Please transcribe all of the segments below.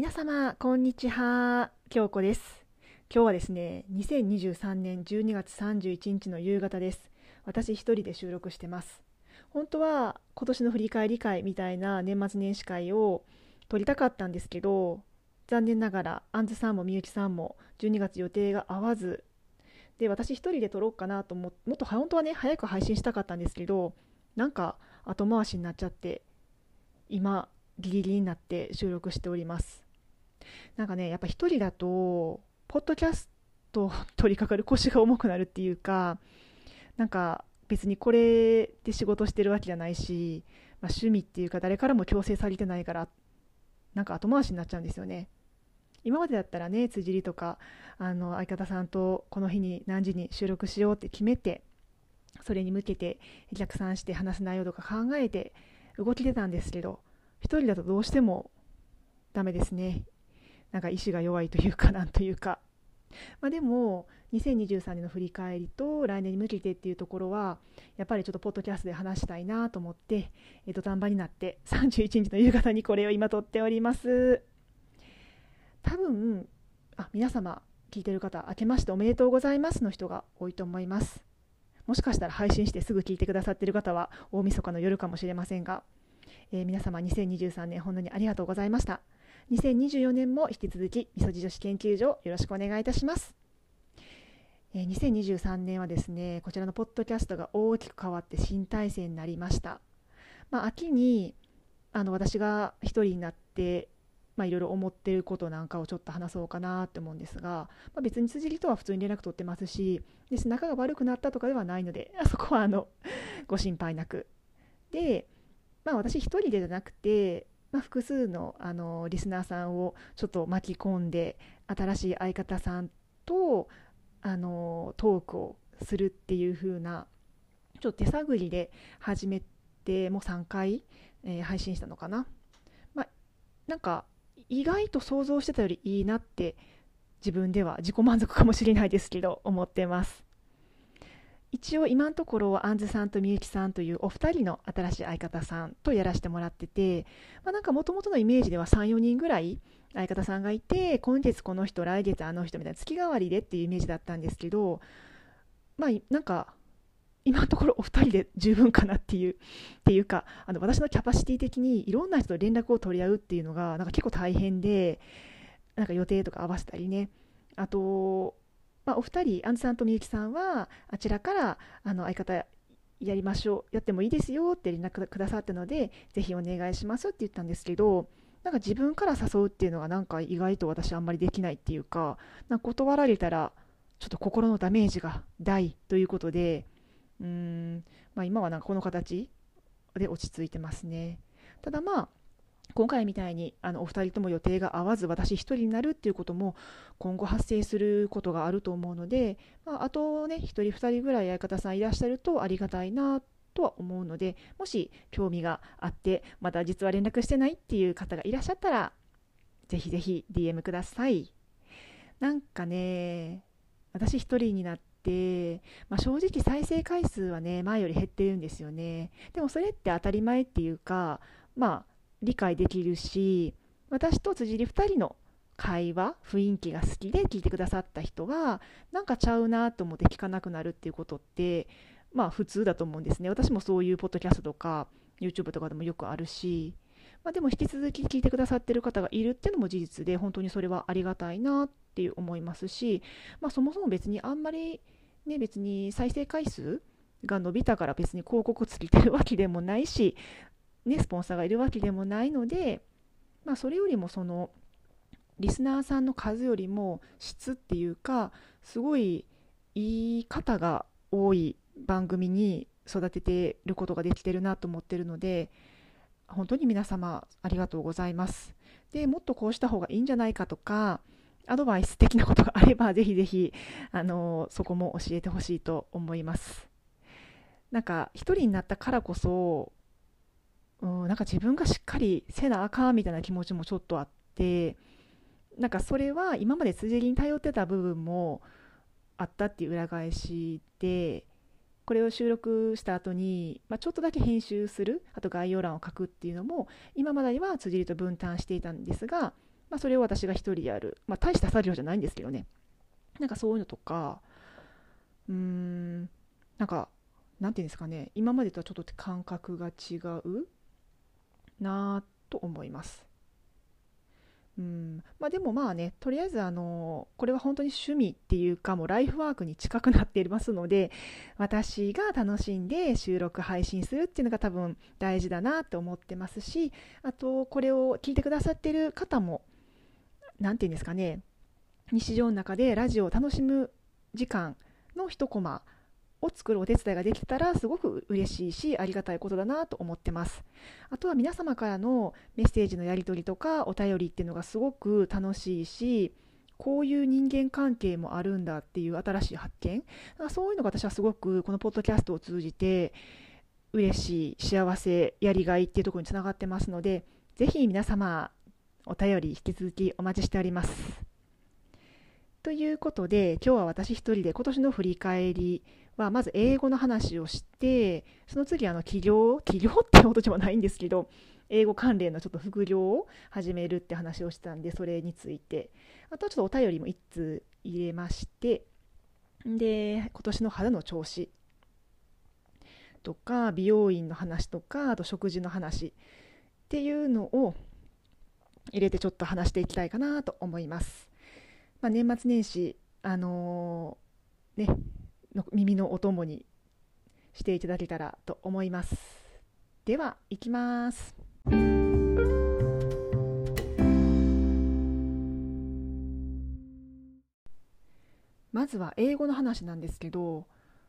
皆様、こんにちは。京子です。今日はですね、2023年12月31日の夕方です。私一人で収録してます。本当は今年の振り返り会みたいな年末年始会を撮りたかったんですけど、残念ながら、あんずさんもみゆきさんも12月予定が合わず、で、私一人で撮ろうかなともっと本当はね、早く配信したかったんですけど、なんか後回しになっちゃって、今、ギリギリになって収録しております。なんかね、やっぱ一人だと、ポッドキャストを取り掛かる腰が重くなるっていうか、なんか別にこれで仕事してるわけじゃないし、趣味っていうか誰からも強制されてないから、なんか後回しになっちゃうんですよね。今までだったらね、辻りとか、相方さんとこの日に何時に収録しようって決めて、それに向けて逆算して話す内容とか考えて動き出たんですけど、一人だとどうしてもダメですね。なんか意志が弱いというかなんというか、でも2023年の振り返りと来年に向けてっていうところはやっぱりちょっとポッドキャストで話したいなと思って、土壇場になって31日の夕方にこれを今撮っております。多分皆様聞いてる方、明けましておめでとうございますの人が多いと思います。もしかしたら配信してすぐ聞いてくださっている方は大晦日の夜かもしれませんが、皆様2023年本当にありがとうございました。2024年も引き続きみそじ女子研究所よろしくお願いいたします。2023年はですね、こちらのポッドキャストが大きく変わって新体制になりました。秋に私が一人になって、いろいろ思っていることなんかをちょっと話そうかなと思うんですが、別に辻りとは普通に連絡取ってますし、仲が悪くなったとかではないので、そこはご心配なく。で、私一人でじゃなくて、複数の、リスナーさんをちょっと巻き込んで新しい相方さんとトークをするっていう風なちょっと手探りで始めてもう3回、配信したのかな。なんか意外と想像してたよりいいなって自分では自己満足かもしれないですけど思ってます。一応今のところはあんずさんとみゆきさんというお二人の新しい相方さんとやらせてもらってて、なんか元々のイメージでは3、4人ぐらい相方さんがいて、今月この人来月あの人みたいな月替わりでっていうイメージだったんですけど、なんか今のところお二人で十分かなっていうか、私のキャパシティ的にいろんな人と連絡を取り合うっていうのがなんか結構大変で、なんか予定とか合わせたりね、あとお二人、アンズさんとみゆきさんはあちらから相方やりましょう、やってもいいですよって連絡くださったので、ぜひお願いしますって言ったんですけど、なんか自分から誘うっていうのがなんか意外と私あんまりできないっていうか、なんか断られたらちょっと心のダメージが大ということで、今はなんかこの形で落ち着いてますね。ただ今回みたいにお二人とも予定が合わず私一人になるっていうことも今後発生することがあると思うので、あとね一人二人ぐらい相方さんいらっしゃるとありがたいなとは思うので、もし興味があってまだ実は連絡してないっていう方がいらっしゃったらぜひぜひ DM ください。なんかね、私一人になって、正直再生回数はね前より減ってるんですよね。でもそれって当たり前っていうか、理解できるし、私と辻り2人の会話雰囲気が好きで聞いてくださった人はなんかちゃうなと思って聞かなくなるっていうことって普通だと思うんですね。私もそういうポッドキャストとか YouTube とかでもよくあるし、でも引き続き聞いてくださってる方がいるっていうのも事実で、本当にそれはありがたいなっていう思いますし、そもそも別にあんまりね、別に再生回数が伸びたから別に広告つけてるわけでもないし、スポンサーがいるわけでもないので、それよりもそのリスナーさんの数よりも質っていうか、すごいいい方が多い番組に育ててることができてるなと思ってるので、本当に皆様ありがとうございます。で、もっとこうした方がいいんじゃないかとか、アドバイス的なことがあればぜひぜひそこも教えてほしいと思います。なんか一人になったからこそ、なんか自分がしっかりせなあかんみたいな気持ちもちょっとあって、なんかそれは今まで辻りに頼ってた部分もあったっていう裏返しで、これを収録した後に、ちょっとだけ編集する、あと概要欄を書くっていうのも今までは辻りと分担していたんですが、 それを私が一人でやる、大した作業じゃないんですけどね、なんかそういうのとか、なんかなんていうんですかね、今までとはちょっと感覚が違うなと思います。でもね、とりあえずこれは本当に趣味っていうか、もうライフワークに近くなっていますので、私が楽しんで収録配信するっていうのが多分大事だなって思ってますし、あとこれを聞いてくださっている方も、なんていうんですかね、日常の中でラジオを楽しむ時間の一コマを作るお手伝いができたらすごく嬉しいし、ありがたいことだなと思ってます。あとは皆様からのメッセージのやり取りとかお便りっていうのがすごく楽しいし、こういう人間関係もあるんだっていう新しい発見、そういうのが私はすごくこのポッドキャストを通じて嬉しい、幸せ、やりがいっていうところにつながってますので、ぜひ皆様お便り引き続きお待ちしております。ということで、今日は私一人で今年の振り返りは、まず英語の話をして、その次起業ってことでもないんですけど、英語関連のちょっと副業を始めるって話をしたんで、それについて、あとはちょっとお便りも一通入れまして、で、今年の春の調子とか、美容院の話とか、あと食事の話っていうのを入れてちょっと話していきたいかなと思います。年末年始、ね、耳のお供にしていただけたらと思います。では、いきます。まずは英語の話なんですけど、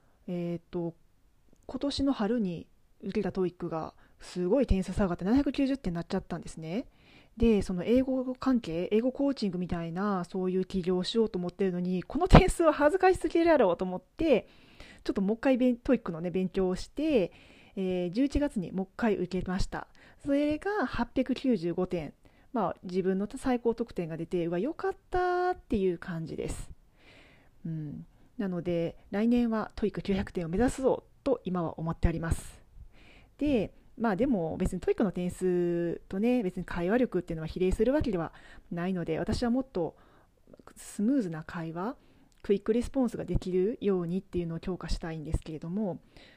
今年の春に受けたトイックがすごい点数下がって790点になっちゃったんですね。で、その英語関係、英語コーチングみたいなそういう起業をしようと思ってるのに、この点数は恥ずかしすぎるやろうと思って、ちょっともう一回トイックのね、勉強をして、11月にもう一回受けました。それが895点。自分の最高得点が出て、良かったっていう感じです。なので、来年はトイック900点を目指すぞと今は思っております。で、でも別にトイックの点数とね、別に会話力っていうのは比例するわけではないので、私はもっとスムーズな会話、クイックレスポンスができるようにっていうのを強化したいんですけれども、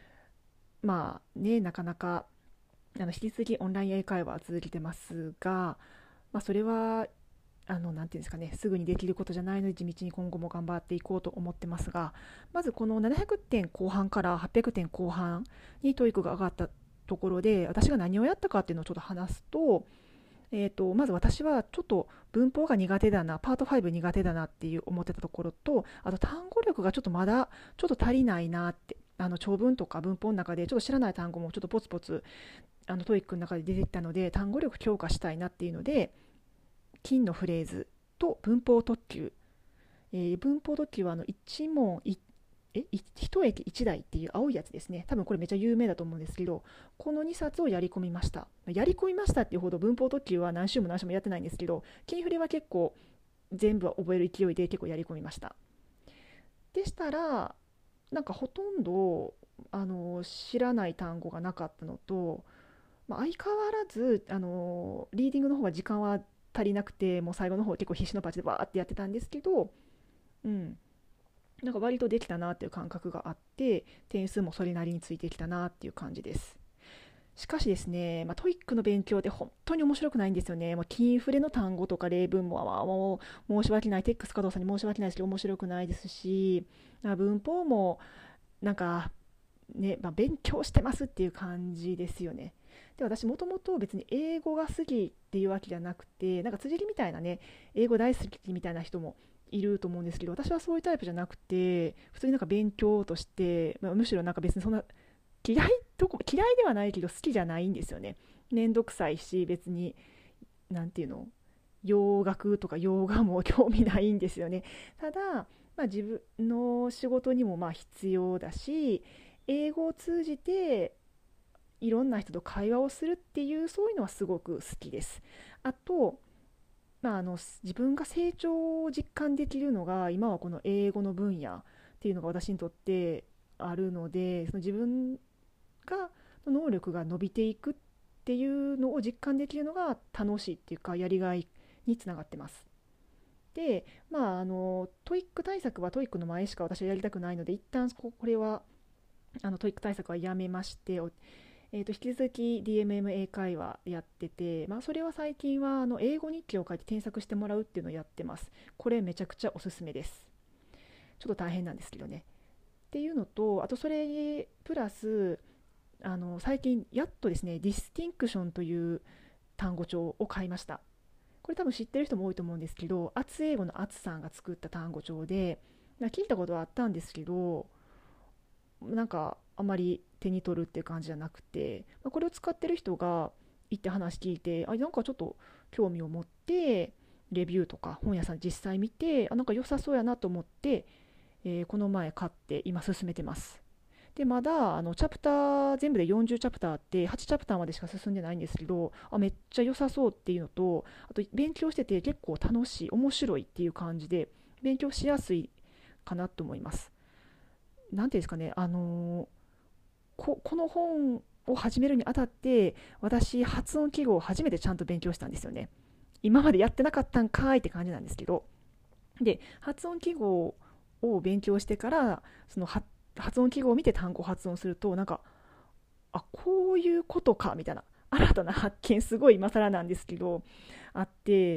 なかなか引き続きオンライン英会話は続けてますが、それはなんていうんですかね、すぐにできることじゃないので地道に今後も頑張っていこうと思ってますが、まずこの700点後半から800点後半にトイックが上がったところで、私が何をやったかっていうのをちょっと話すと、まず私はちょっと文法が苦手だな、パート5苦手だなっていう思ってたところと、あと単語力がちょっとまだちょっと足りないなって、長文とか文法の中でちょっと知らない単語もちょっとポツポツトイックの中で出てきたので、単語力強化したいなっていうので、金のフレーズと文法特急、文法特急は1問一駅一台っていう青いやつですね。多分これめっちゃ有名だと思うんですけど、この2冊をやり込みました。やり込みましたっていうほど文法特急は何週も何週もやってないんですけど、金フレは結構全部は覚える勢いで結構やり込みました。でしたら、なんかほとんど知らない単語がなかったのと、相変わらずリーディングの方は時間は足りなくて、もう最後の方結構必死のパチでバーってやってたんですけど、なんか割とできたなっていう感覚があって、点数もそれなりについてきたなっていう感じです。しかしですね、トイックの勉強って本当に面白くないんですよね。もうキンフレの単語とか例文も、もう申し訳ない、テックス加藤さんに申し訳ないですけど面白くないですし、文法もなんかね、勉強してますっていう感じですよね。で、私もともと別に英語が好きっていうわけじゃなくて、なんか辻りみたいなね、英語大好きみたいな人もいると思うんですけど、私はそういうタイプじゃなくて、普通になんか勉強として、むしろなんか別にそんな嫌いではないけど好きじゃないんですよね。めんどくさいし、別になんていうの、洋楽とか洋画も興味ないんですよね。ただ、自分の仕事にも必要だし、英語を通じていろんな人と会話をするっていうそういうのはすごく好きです。あと、自分が成長を実感できるのが今はこの英語の分野っていうのが私にとってあるので、その自分がの能力が伸びていくっていうのを実感できるのが楽しいっていうかやりがいにつながってます。で、トイック対策はトイックの前しか私はやりたくないので、一旦これはトイック対策はやめまして、引き続き DMM 英会話やってて、それは最近は英語日記を書いて添削してもらうっていうのをやってます。これめちゃくちゃおすすめです。ちょっと大変なんですけどね。っていうのと、あとそれプラス最近やっとですね、ディスティンクションという単語帳を買いました。これ多分知ってる人も多いと思うんですけど、厚英語の厚さんが作った単語帳で、聞いたことはあったんですけど、なんかあまり手に取るっていう感じじゃなくて、これを使ってる人が行って話聞いて、なんかちょっと興味を持ってレビューとか本屋さん実際見て、なんか良さそうやなと思って、この前買って今進めてます。でまだチャプター全部で40チャプターあって8チャプターまでしか進んでないんですけど、めっちゃ良さそうっていうのと、あと勉強してて結構楽しい面白いっていう感じで勉強しやすいかなと思います。なんていうんですかね、この本を始めるにあたって私発音記号を初めてちゃんと勉強したんですよね。今までやってなかったんかいって感じなんですけど、で発音記号を勉強してからその発音記号を見て単語を発音すると、なんかこういうことかみたいな新たな発見、すごい今更なんですけどあって、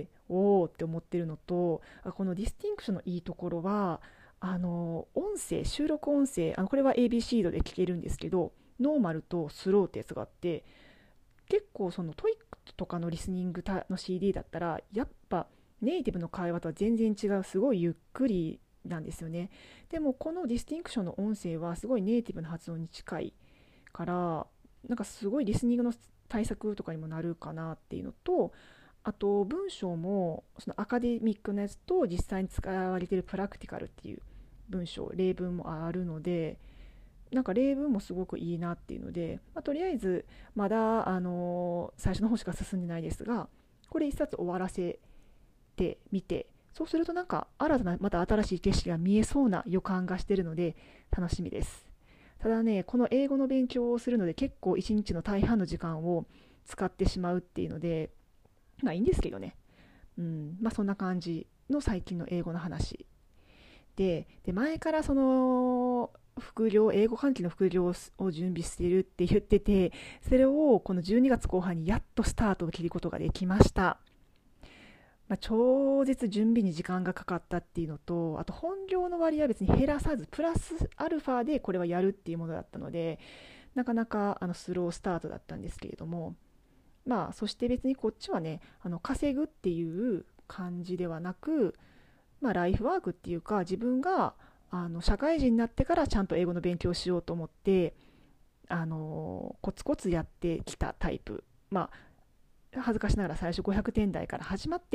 おおって思ってるのと、このディスティンクションのいいところは音声、収録音声、これは ABC で聞けるんですけど、ノーマルとスローってやつがあって、結構そのトイックとかのリスニングの CD だったらやっぱネイティブの会話とは全然違う、すごいゆっくりなんですよね。でもこのディスティンクションの音声はすごいネイティブの発音に近いから、なんかすごいリスニングの対策とかにもなるかなっていうのと、あと文章もそのアカデミックなやつと実際に使われているプラクティカルっていう文章、例文もあるので、なんか例文もすごくいいなっていうので、とりあえずまだ最初の方しか進んでないですが、これ一冊終わらせてみて、そうするとなんか新たなまた新しい景色が見えそうな予感がしているので楽しみです。ただね、この英語の勉強をするので結構一日の大半の時間を使ってしまうっていうので、いいんですけどね。そんな感じの最近の英語の話で前からその副業、英語関係の副業を準備しているって言ってて、それをこの12月後半にやっとスタートを切ることができました。超絶準備に時間がかかったっていうのと、あと本業の割合は別に減らさずプラスアルファでこれはやるっていうものだったので、なかなかスロースタートだったんですけれども、そして別にこっちはね、稼ぐっていう感じではなく、ライフワークっていうか、自分が社会人になってからちゃんと英語の勉強をしようと思って、コツコツやってきたタイプ。恥ずかしながら最初500点台から始まって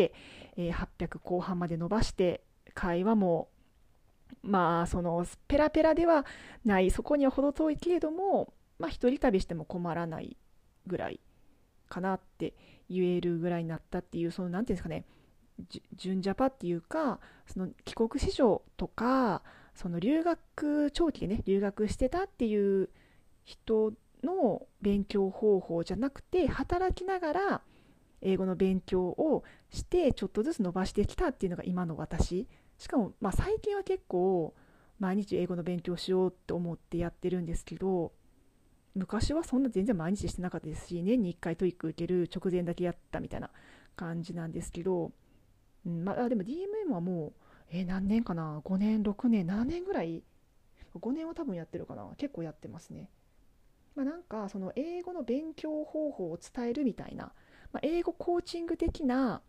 、800後半まで伸ばして、会話もそのペラペラではない、そこには程遠いけれども、一人旅しても困らないぐらいかなって言えるぐらいになったっていう、そのなんていうんですかね、純ジャパっていうか、その帰国子女とか、その長期でね留学してたっていう人の勉強方法じゃなくて、働きながら英語の勉強をしてちょっとずつ伸ばしてきたっていうのが今の私。しかも最近は結構毎日英語の勉強しようって思ってやってるんですけど、昔はそんな全然毎日してなかったですし、年に1回トイック受ける直前だけやったみたいな感じなんですけど、でも DMM はもう、何年かな、5年、6年、7年ぐらい、5年は多分やってるかな、結構やってますね。なんかその英語の勉強方法を伝えるみたいな、英語コーチング的な、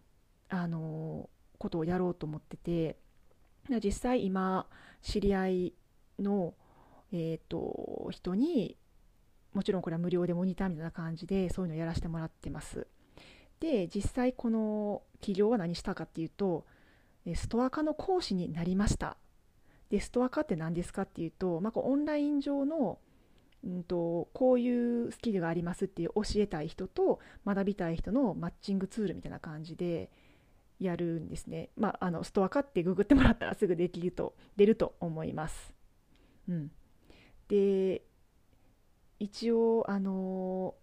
ことをやろうと思ってて、実際今知り合いの、人に、もちろんこれは無料でモニターみたいな感じでそういうのをやらせてもらってます。で実際この企業は何したかっていうと、ストア化の講師になりました。でストア化って何ですかっていうと、オンライン上のこういうスキルがありますっていう教えたい人と学びたい人のマッチングツールみたいな感じでやるんですね。ストア化ってググってもらったらすぐ出ると思います。で一応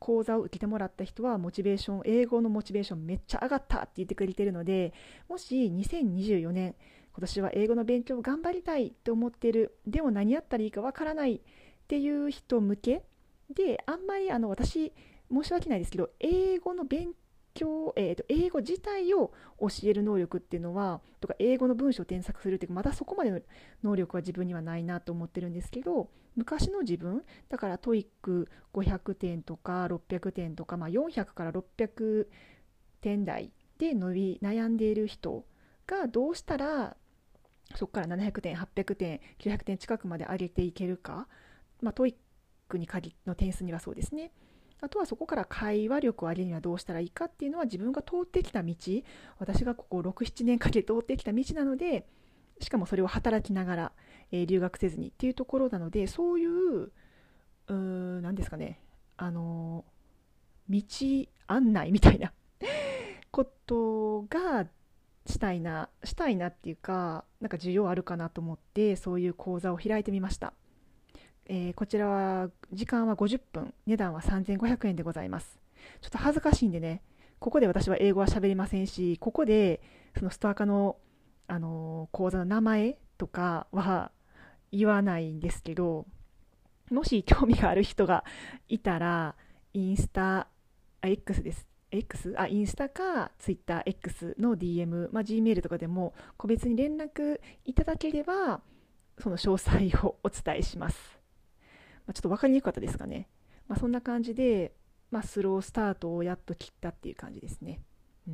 講座を受けてもらった人は英語のモチベーションめっちゃ上がったって言ってくれてるので、もし2024年今年は英語の勉強を頑張りたいと思っている、でも何やったらいいかわからないっていう人向けで、あんまり私申し訳ないですけど、英語の勉強、英語自体を教える能力っていうのはとか、英語の文章を添削するっていうか、まだそこまでの能力は自分にはないなと思ってるんですけど、昔の自分だからトイック500点とか600点とか、400から600点台で悩んでいる人がどうしたらそこから700点800点900点近くまで上げていけるか、トイックに限の点数にはそうですね。あとはそこから会話力を上げるにはどうしたらいいかっていうのは、自分が通ってきた道、私がここ6、7年かけて通ってきた道なので、しかもそれを働きながら、留学せずにっていうところなので、そういう何ですかね、道案内みたいなことがしたいなっていうか、なんか需要あるかなと思って、そういう講座を開いてみました。こちらは時間は50分、値段は3500円でございます。ちょっと恥ずかしいんでね、ここで私は英語は喋りませんし、ここでそのストアカの、講座の名前とかは言わないんですけど、もし興味がある人がいたら、インスタ、X です。インスタか TwitterX の DM、Gmail とかでも個別に連絡いただければ、その詳細をお伝えします。ちょっと分かりにくかったですかね。そんな感じで、スロースタートをやっと切ったっていう感じですね。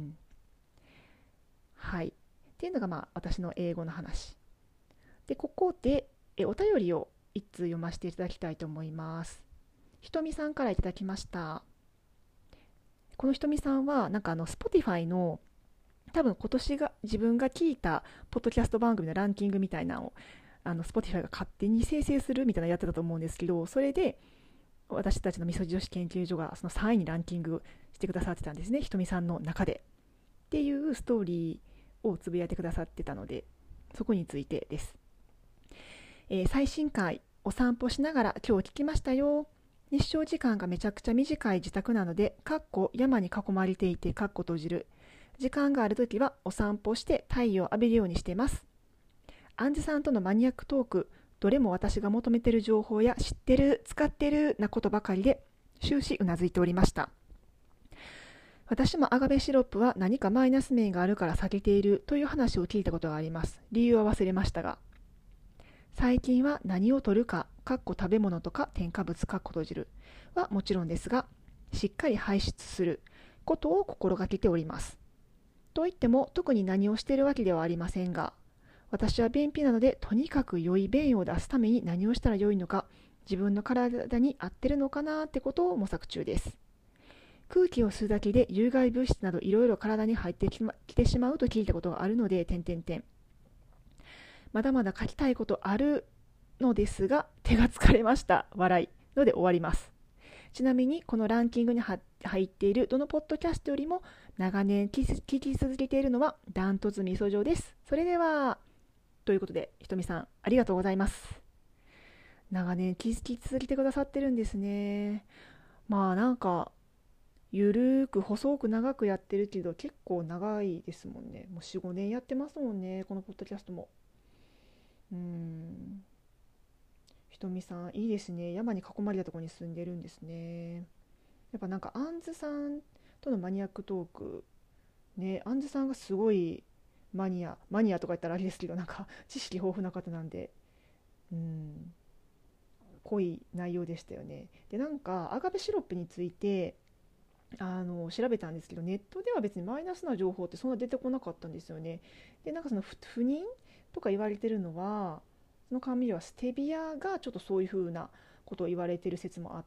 はい。っていうのが私の英語の話。で、ここでお便りを一通読ませていただきたいと思います。ひとみさんからいただきました。このひとみさんは、なんかSpotify の多分今年が自分が聞いたポッドキャスト番組のランキングみたいなのをSpotify が勝手に生成するみたいなのやってたと思うんですけど、それで私たちのみそじ女子研究所がその3位にランキングしてくださってたんですね、ひとみさんの中でっていうストーリーをつぶやいてくださってたので、そこについてです。最新回お散歩しながら今日聞きましたよ。日照時間がめちゃくちゃ短い自宅なので、山に囲まれていて閉じる。時間があるときはお散歩して太陽を浴びるようにしてます。アンズさんとのマニアックトーク、どれも私が求めている情報や知ってる、使ってるなことばかりで終始うなずいておりました。私もアガベシロップは何かマイナス面があるから避けているという話を聞いたことがあります。理由は忘れましたが。最近は何を取るか、食べ物とか添加物閉じるはもちろんですが、しっかり排出することを心がけております。といっても特に何をしているわけではありませんが、私は便秘なので、とにかく良い便を出すために何をしたら良いのか、自分の体に合ってるのかなってことを模索中です。空気を吸うだけで有害物質などいろいろ体に入ってきてしまうと聞いたことがあるので、まだまだ書きたいことあるのですが、手が疲れました。笑い。ので終わります。ちなみに、このランキングに入っているどのポッドキャストよりも長年聞き続けているのはダントツみそじょです。それでは、ということで、ひとみさん、ありがとうございます。長年聞き続けてくださってるんですね。なんか、ゆるーく細く長くやってるけど、結構長いですもんね。もう4、5年やってますもんね、このポッドキャストも。ひとみさん、いいですね。山に囲まれたところに住んでるんですね。やっぱなんか、アンズさんとのマニアックトーク、ね、アンズさんがすごいマニアとか言ったらあれですけど、なんか知識豊富な方なんで、濃い内容でしたよね。で、なんかアガベシロップについて調べたんですけど、ネットでは別にマイナスな情報ってそんな出てこなかったんですよね。で、なんかその不妊とか言われてるのは、その紙ではステビアがちょっとそういう風なことを言われてる説もあって、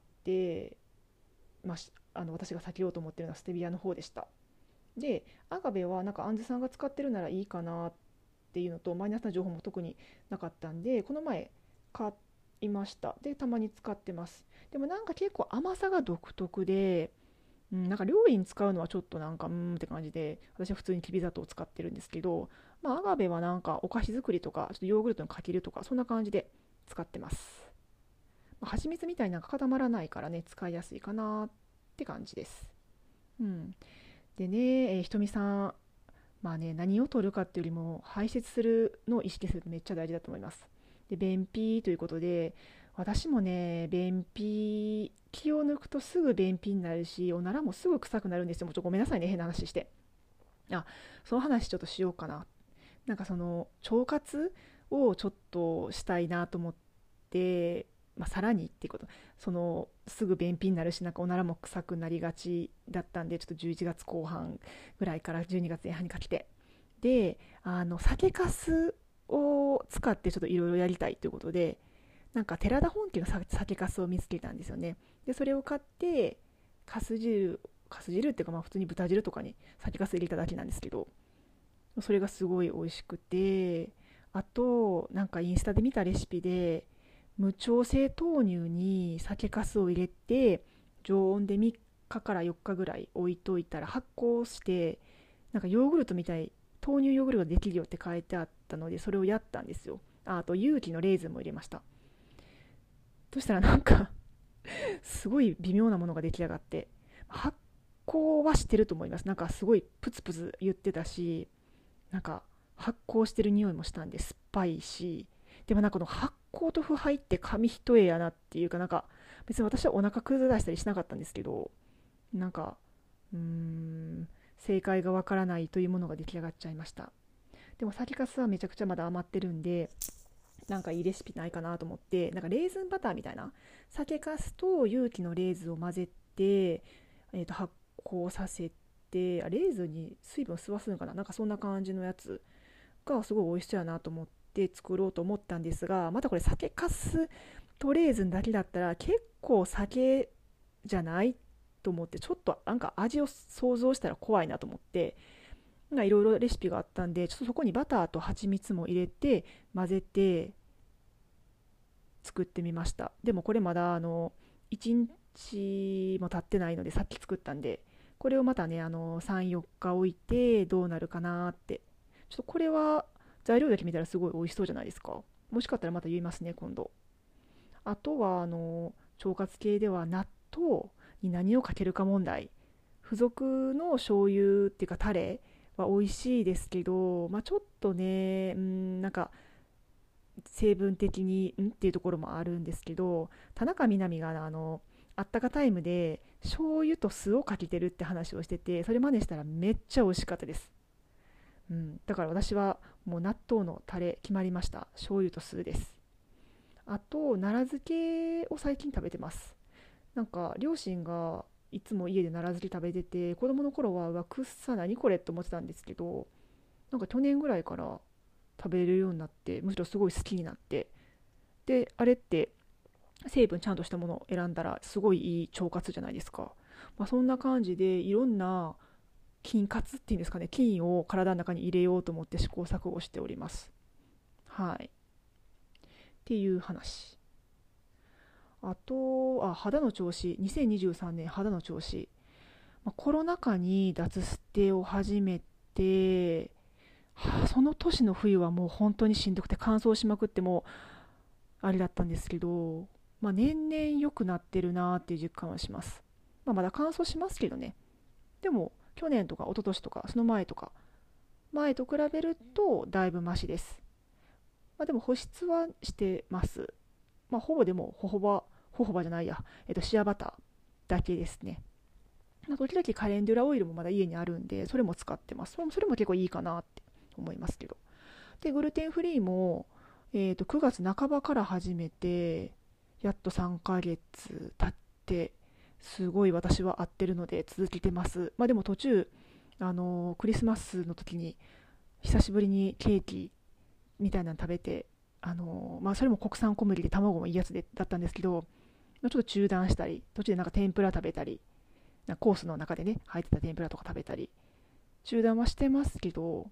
私が避けようと思ってるのはステビアの方でした。で、アガベはなんかアンズさんが使ってるならいいかなっていうのと、マイナスな情報も特になかったんで、この前買いました。で、たまに使ってます。でもなんか結構甘さが独特で、なんか料理に使うのはちょっとなんかって感じで、私は普通にきび砂糖を使ってるんですけど、アガベはなんかお菓子作りとかちょっとヨーグルトにかけるとか、そんな感じで使ってます。蜂蜜みたいになんか固まらないからね、使いやすいかなっって感じです。うん、でね、ひとみさん、まあね、何を取るかっていうよりも排泄するのを意識するとめっちゃ大事だと思います。で、便秘ということで、私もね、便秘、気を抜くとすぐ便秘になるし、おならもすぐ臭くなるんですよ。もうごめんなさいね、変な話して。あ、その話ちょっとしようかな。なんかその腸活をちょっとしたいなと思って、さらにっていうこと、そのすぐ便秘になるし、なんかおならも臭くなりがちだったんで、ちょっと11月後半ぐらいから12月前半にかけて、で、酒粕を使ってちょっといろいろやりたいということで、なんか寺田本家の酒粕を見つけたんですよね。でそれを買って、かす汁っていうか、普通に豚汁とかに酒粕入れただけなんですけど、それがすごい美味しくて、あとなんかインスタで見たレシピで、無調整豆乳に酒粕を入れて常温で3日から4日ぐらい置いといたら発酵して、なんかヨーグルトみたい、豆乳ヨーグルトができるよって書いてあったので、それをやったんですよ。あと有機のレーズンも入れました。そしたらなんかすごい微妙なものが出来上がって、発酵はしてると思います。なんかすごいプツプツ言ってたし、なんか発酵してる匂いもしたんで酸っぱいし、でもなんかこの発酵と腐敗って紙一重やなっていうか、なんか別に私はお腹崩したりしなかったんですけど、なんか正解がわからないというものが出来上がっちゃいました。でも酒粕はめちゃくちゃまだ余ってるんで、なんかいいレシピないかなと思って、なんかレーズンバターみたいな、酒粕と有機のレーズンを混ぜて、発酵させて、レーズンに水分吸わすのかな、なんかそんな感じのやつがすごい美味しそうやなと思って作ろうと思ったんですが、またこれ酒粕とレーズンだけだったら結構酒じゃないと思って、ちょっとなんか味を想像したら怖いなと思って、いろいろレシピがあったんで、ちょっとそこにバターと蜂蜜も入れて混ぜて作ってみました。でもこれまだ1日も経ってないので、さっき作ったんで、これをまたね3、4日置いてどうなるかなって。ちょっとこれは材料だけ見たらすごい美味しそうじゃないですか。もしかったらまた言いますね、今度。あとは腸活系では納豆に何をかけるか問題。付属の醤油っていうかタレは美味しいですけど、ちょっとね、なんか成分的にっていうところもあるんですけど、田中みな実があったかタイムで醤油と酢をかけてるって話をしてて、それ真似したらめっちゃ美味しかったです。だから私はもう納豆のタレ決まりました。醤油と酢です。あと奈良漬けを最近食べてます。なんか両親がいつも家で奈良漬け食べてて、子供の頃はくっさ何これって思ってたんですけど、なんか去年ぐらいから食べれるようになって、むしろすごい好きになって、であれって成分ちゃんとしたものを選んだらすごいいい腸活じゃないですか。そんな感じでいろんな菌活っていうんですかね、菌を体の中に入れようと思って試行錯誤しております。はいっていう話。あと肌の調子、2023年肌の調子、コロナ禍に脱ステを始めて、その年の冬はもう本当にしんどくて乾燥しまくって、もうあれだったんですけど、年々良くなってるなーっていう実感はします。まだ乾燥しますけどね。でも去年とか一昨年とかその前とか前と比べるとだいぶマシです。でも保湿はしてます。ほぼでもホホバじゃないや、シアバターだけですね。時々カレンデュラオイルもまだ家にあるんで、それも使ってます。それも結構いいかなって思いますけど。でグルテンフリーも、9月半ばから始めて、やっと3ヶ月経って、すごい私は合ってるので続けてます。でも途中クリスマスの時に久しぶりにケーキみたいなの食べて、それも国産小麦で卵もいいやつだったんですけど、ちょっと中断したり、途中でなんか天ぷら食べたり、コースの中でね入ってた天ぷらとか食べたり中断はしてますけど、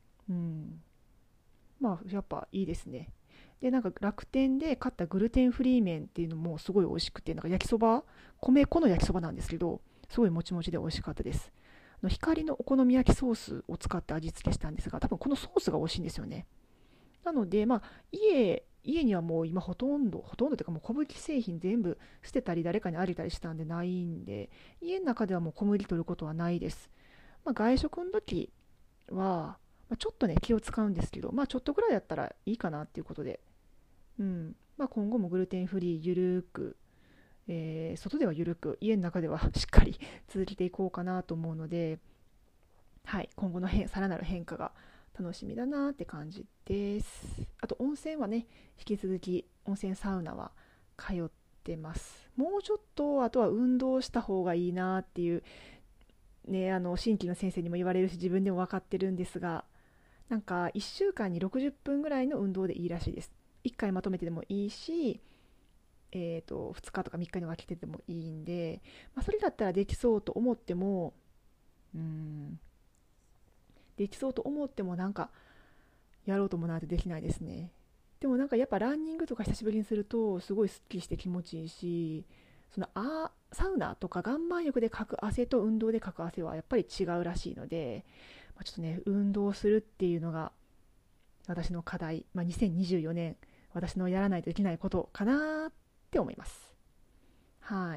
やっぱいいですね。でなんか楽天で買ったグルテンフリー麺っていうのもすごい美味しくて、なんか焼きそば、米粉の焼きそばなんですけど、すごいもちもちで美味しかったです。光のお好み焼きソースを使って味付けしたんですが、多分このソースが美味しいんですよね。なので家家にはもう今ほとんどというかもう小麦製品全部捨てたり誰かにあげたりしたんでないんで、家の中ではもう小麦取ることはないです。外食の時は、ちょっとね気を使うんですけど、ちょっとぐらいだったらいいかなっていうことで、今後もグルテンフリーゆるく、外ではゆるく家の中ではしっかり続けていこうかなと思うので、はい、今後のさらなる変化が楽しみだなって感じです。あと温泉はね、引き続き温泉サウナは通ってます。もうちょっとあとは運動した方がいいなっていうね、新規の先生にも言われるし自分でも分かってるんですが、なんか1週間に60分ぐらいの運動でいいらしいです。1回まとめてでもいいし、2日とか3日に分けてでもいいんで、それだったらできそうと思っても、うーんできそうと思ってもなんかやろうともないとできないですね。でもなんかやっぱランニングとか久しぶりにするとすごいスッキリして気持ちいいし、サウナとか岩盤浴でかく汗と運動でかく汗はやっぱり違うらしいので、ちょっとね運動するっていうのが私の課題、2024年私のやらないといけないことかなって思います。はい。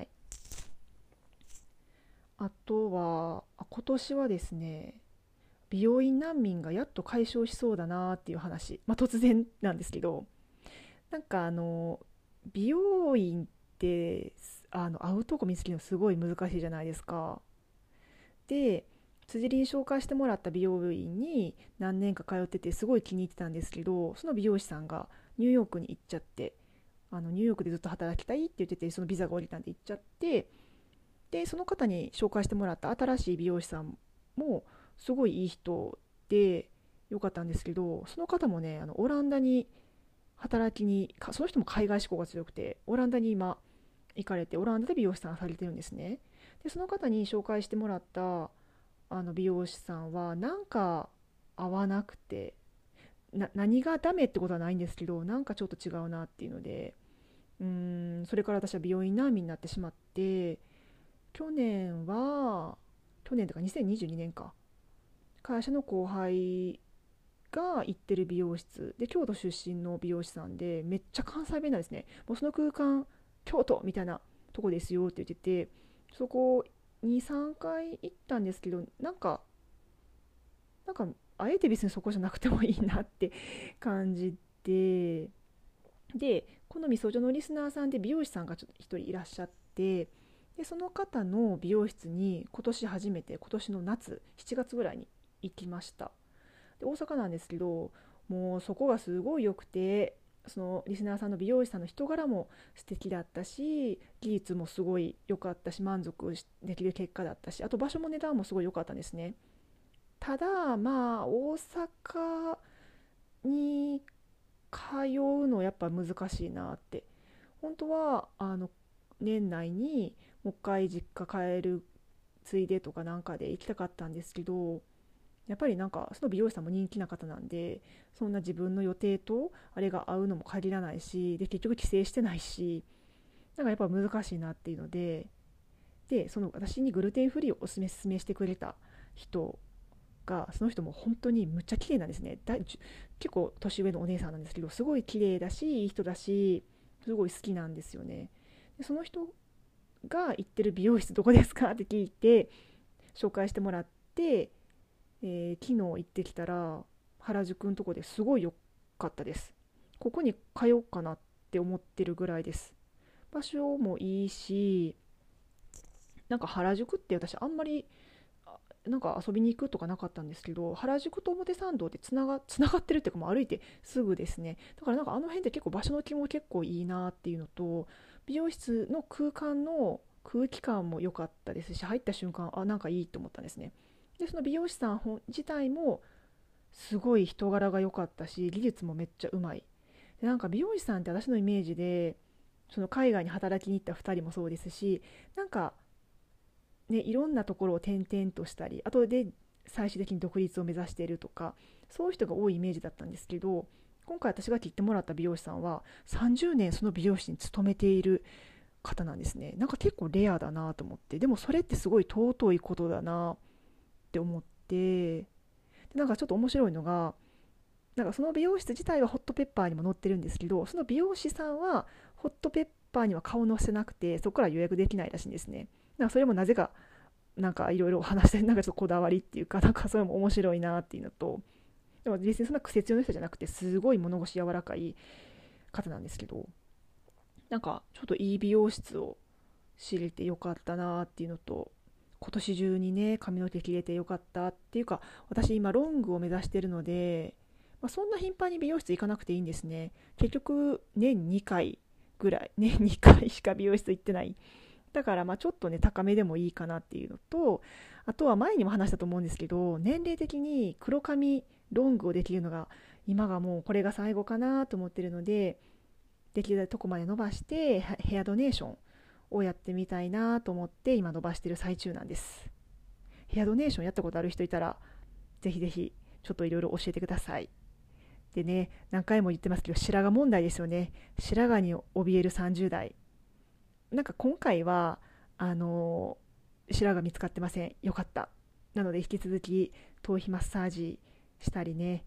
あとは今年はですね、美容院難民がやっと解消しそうだなっていう話、突然なんですけど、なんか美容院って会うとこ見つけるのすごい難しいじゃないですか。で、辻りに紹介してもらった美容院に何年か通っててすごい気に入ってたんですけど、その美容師さんがニューヨークに行っちゃって、ニューヨークでずっと働きたいって言ってて、そのビザが降りたんで行っちゃって、でその方に紹介してもらった新しい美容師さんもすごいいい人でよかったんですけど、その方もねオランダに働きにその人も海外志向が強くてオランダに今行かれてオランダで美容師さんされてるんですね。でその方に紹介してもらった美容師さんはなんか合わなくて、何がダメってことはないんですけど、なんかちょっと違うなっていうので、それから私は美容院難民になってしまって、去年は去年とか2022年か、会社の後輩が行ってる美容室で京都出身の美容師さんでめっちゃ関西弁なんですね。もうその空間京都みたいなとこですよって言ってて、そこ2、3回行ったんですけど、なんかあえて別にそこじゃなくてもいいなって感じで、このみそじのリスナーさんで美容師さんがちょっと一人いらっしゃって、でその方の美容室に今年の夏7月ぐらいに行きました。で大阪なんですけど、もうそこがすごい良くて、そのリスナーさんの美容師さんの人柄も素敵だったし、技術もすごい良かったし、満足できる結果だったし、あと場所も値段もすごい良かったんですね。ただ大阪に通うのやっぱ難しいなって。本当は年内にもう一回実家帰るついでとかなんかで行きたかったんですけど、やっぱりなんかその美容師さんも人気な方なんで、そんな自分の予定とあれが合うのも限らないし、で結局帰省してないし、なんかやっぱ難しいなっていうので、その私にグルテンフリーをおすすめしてくれた人が、その人も本当にむっちゃ綺麗なんですね。結構年上のお姉さんなんですけど、すごい綺麗だしいい人だし、すごい好きなんですよね。でその人が行ってる美容室どこですかって聞いて紹介してもらって、昨日行ってきたら原宿のとこですごい良かったです。ここに通おうかなって思ってるぐらいです。場所もいいし、なんか原宿って私あんまりなんか遊びに行くとかなかったんですけど、原宿と表参道でつながってるっていうか、もう歩いてすぐですね。だからなんかあの辺って結構場所の気も結構いいなっていうのと、美容室の空間の空気感も良かったですし、入った瞬間なんかいいと思ったんですね。でその美容師さん自体もすごい人柄が良かったし、技術もめっちゃうまい。でなんか美容師さんって私のイメージで、その海外に働きに行った2人もそうですし、なんかね、いろんなところを転々としたり、あとで最終的に独立を目指しているとか、そういう人が多いイメージだったんですけど、今回私が切ってもらった美容師さんは30年その美容師に勤めている方なんですね。なんか結構レアだなと思って、でもそれってすごい尊いことだなって思って、でなんかちょっと面白いのが、 なんかその美容室自体はホットペッパーにも載ってるんですけど、その美容師さんはホットペッパーには顔載せなくて、そこから予約できないらしいんですね。なんかそれもなぜか、なんかいろいろ話して、なんかちょっとこだわりっていうか、なんかそれも面白いなっていうのと、でも別にそんな癖強の人じゃなくて、すごい物腰柔らかい方なんですけど、なんかちょっといい美容室を知れてよかったなっていうのと、今年中にね髪の毛切れてよかったっていうか、私今ロングを目指してるので、そんな頻繁に美容室行かなくていいんですね。結局年2回ぐらい、年2回しか美容室行ってない。だからちょっとね高めでもいいかなっていうのと、あとは前にも話したと思うんですけど、年齢的に黒髪ロングをできるのが今がもうこれが最後かなと思ってるので、できるとこまで伸ばしてヘアドネーションをやってみたいなと思って今伸ばしてる最中なんです。ヘアドネーションやったことある人いたらぜひぜひちょっといろいろ教えてください。でね、何回も言ってますけど白髪問題ですよね。白髪に怯える30代。なんか今回は白髪見つかってません。よかった。なので引き続き頭皮マッサージしたりね、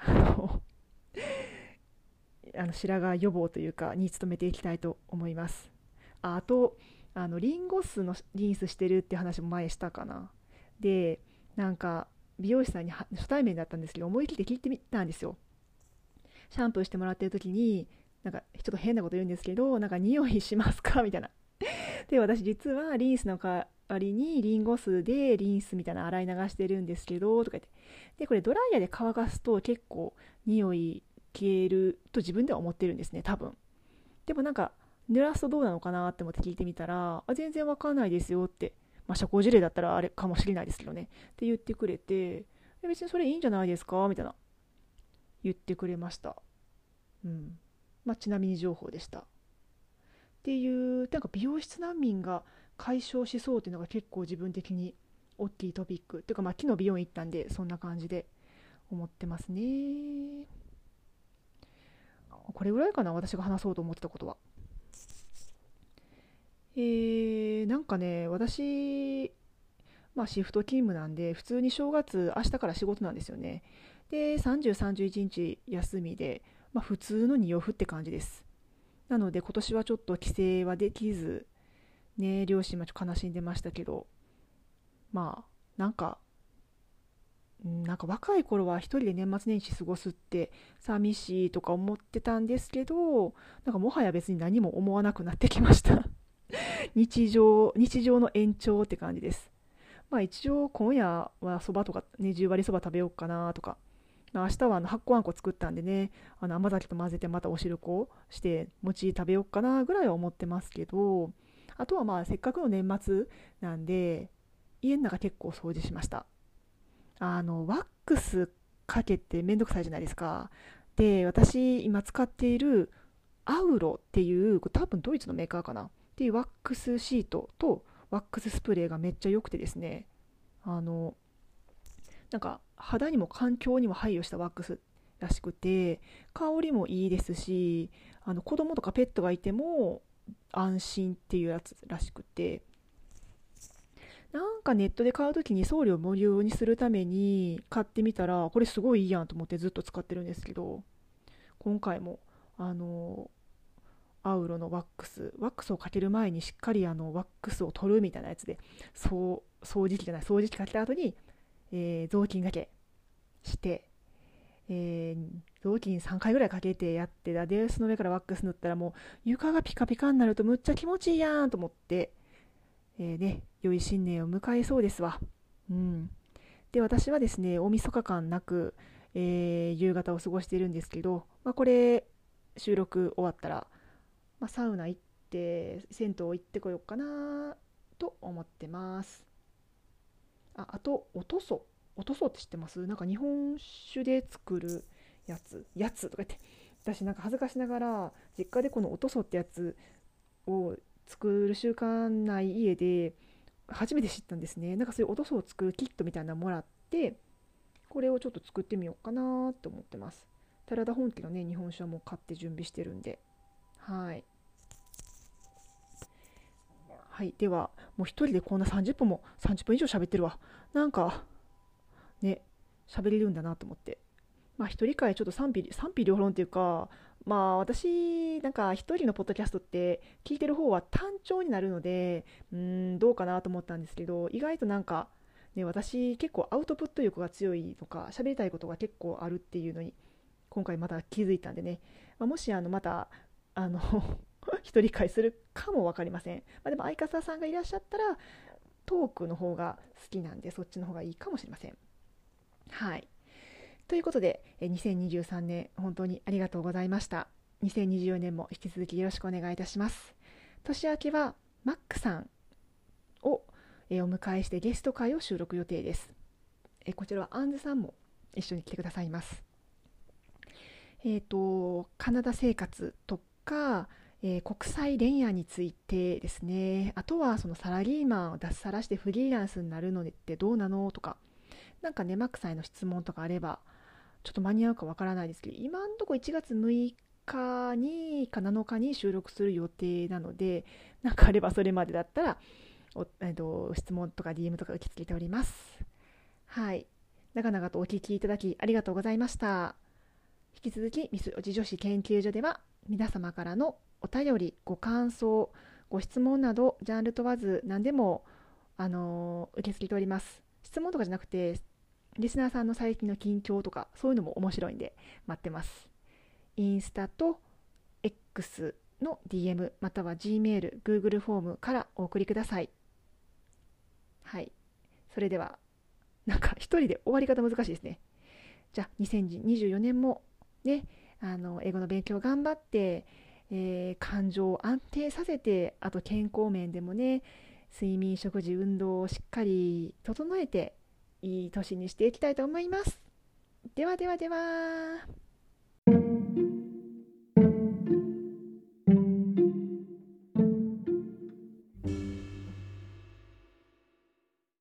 白髪予防というかに努めていきたいと思います。あとリンゴ酢のリンスしてるって話も前したかな。で、なんか美容師さんに初対面だったんですけど、思い切って聞いてみたんですよ。シャンプーしてもらってる時に、なんかちょっと変なこと言うんですけど、なんか匂いしますかみたいな。で、私実はリンスの代わりにリンゴ酢でリンスみたいな洗い流してるんですけどとか言って、でこれドライヤーで乾かすと結構匂い消えると自分では思ってるんですね、多分。でもなんか濡らすとどうなのかなって思って聞いてみたら、全然わかんないですよって、社交辞令だったらあれかもしれないですけどねって言ってくれて、別にそれいいんじゃないですかみたいな言ってくれました。うん。ちなみに情報でした。っていう、なんか美容室難民が解消しそうっていうのが結構自分的に大きいトピックっていうか、昨日美容院行ったんでそんな感じで思ってますね。これぐらいかな、私が話そうと思ってたことは。なんかね、私、シフト勤務なんで、普通に正月、明日から仕事なんですよね。で、30、31日休みで、普通の2オフって感じです。なので、今年はちょっと帰省はできず、ね、両親もちょっと悲しんでましたけど、まあ、なんか若い頃は一人で年末年始過ごすって寂しいとか思ってたんですけど、なんかもはや別に何も思わなくなってきました日常の延長って感じです。一応今夜はそばとかね、10割そば食べようかなとか、明日は発酵あんこ作ったんでね、甘酒と混ぜてまたお汁粉して餅食べようかなぐらいは思ってますけど、あとはせっかくの年末なんで家の中結構掃除しました。ワックスかけてめんどくさいじゃないですか。で、私今使っているアウロっていう、多分ドイツのメーカーかなっていうワックスシートとワックススプレーがめっちゃ良くてですね、なんか肌にも環境にも配慮したワックスらしくて、香りもいいですし、子供とかペットがいても安心っていうやつらしくて、なんかネットで買うときに送料無料にするために買ってみたら、これすごいいいやんと思ってずっと使ってるんですけど、今回もアウロのワックスをかける前にしっかりワックスを取るみたいなやつで、掃除機かけた後に、雑巾がけして、雑巾3回ぐらいかけてやってた。で、その上からワックス塗ったらもう床がピカピカになるとむっちゃ気持ちいいやんと思って、良い新年を迎えそうですわ。うん。で、私はですね、大晦日間なく、夕方を過ごしているんですけど、これ、収録終わったら、サウナ行って、銭湯行ってこようかなと思ってます。あと、おとそって知ってます？なんか日本酒で作るやつとか言って、私なんか恥ずかしながら、実家でこのおとそってやつを作る習慣ない家で初めて知ったんですね。なんかそういうおとそを作るキットみたいなのもらって、これをちょっと作ってみようかなと思ってます。寺田本家のね、日本酒はもう買って準備してるんで。はい。はい。では、もう一人でこんな30分以上喋ってるわ。なんか、ね、喋れるんだなと思って。 一人会ちょっと賛否両論っていうか、私なんか一人のポッドキャストって聞いてる方は単調になるので、どうかなと思ったんですけど、意外となんかね、私結構アウトプット欲が強いとか喋りたいことが結構あるっていうのに今回また気づいたんでね、もしまたあの一人会するかも分かりません。でも相方さんがいらっしゃったらトークの方が好きなんで、そっちの方がいいかもしれません。はい。ということで、2023年本当にありがとうございました。2024年も引き続きよろしくお願いいたします。年明けはマックさんをお迎えしてゲスト会を収録予定です。こちらはアンズさんも一緒に来てくださいます。カナダ生活とか、国際恋愛についてですね、あとはそのサラリーマンを脱サラしてフリーランスになるのってどうなのとか、なんかね、マックさんへの質問とかあれば、ちょっと間に合うかわからないですけど、今のところ1月6日にか7日に収録する予定なので、なんかあればそれまでだったら質問とか DM とか受け付けております。はい。長々とお聞きいただきありがとうございました。引き続きミスおじ女子研究所では皆様からのお便り、ご感想、ご質問などジャンル問わず何でも受け付けております。質問とかじゃなくてリスナーさんの最近の近況とかそういうのも面白いんで待ってます。インスタと X の DM または Gmail、Google フォームからお送りください。はい。それではなんか一人で終わり方難しいですね。じゃあ2024年もね、英語の勉強頑張って、感情を安定させて、あと健康面でもね、睡眠、食事、運動をしっかり整えていい年にしていきたいと思います。ではではでは。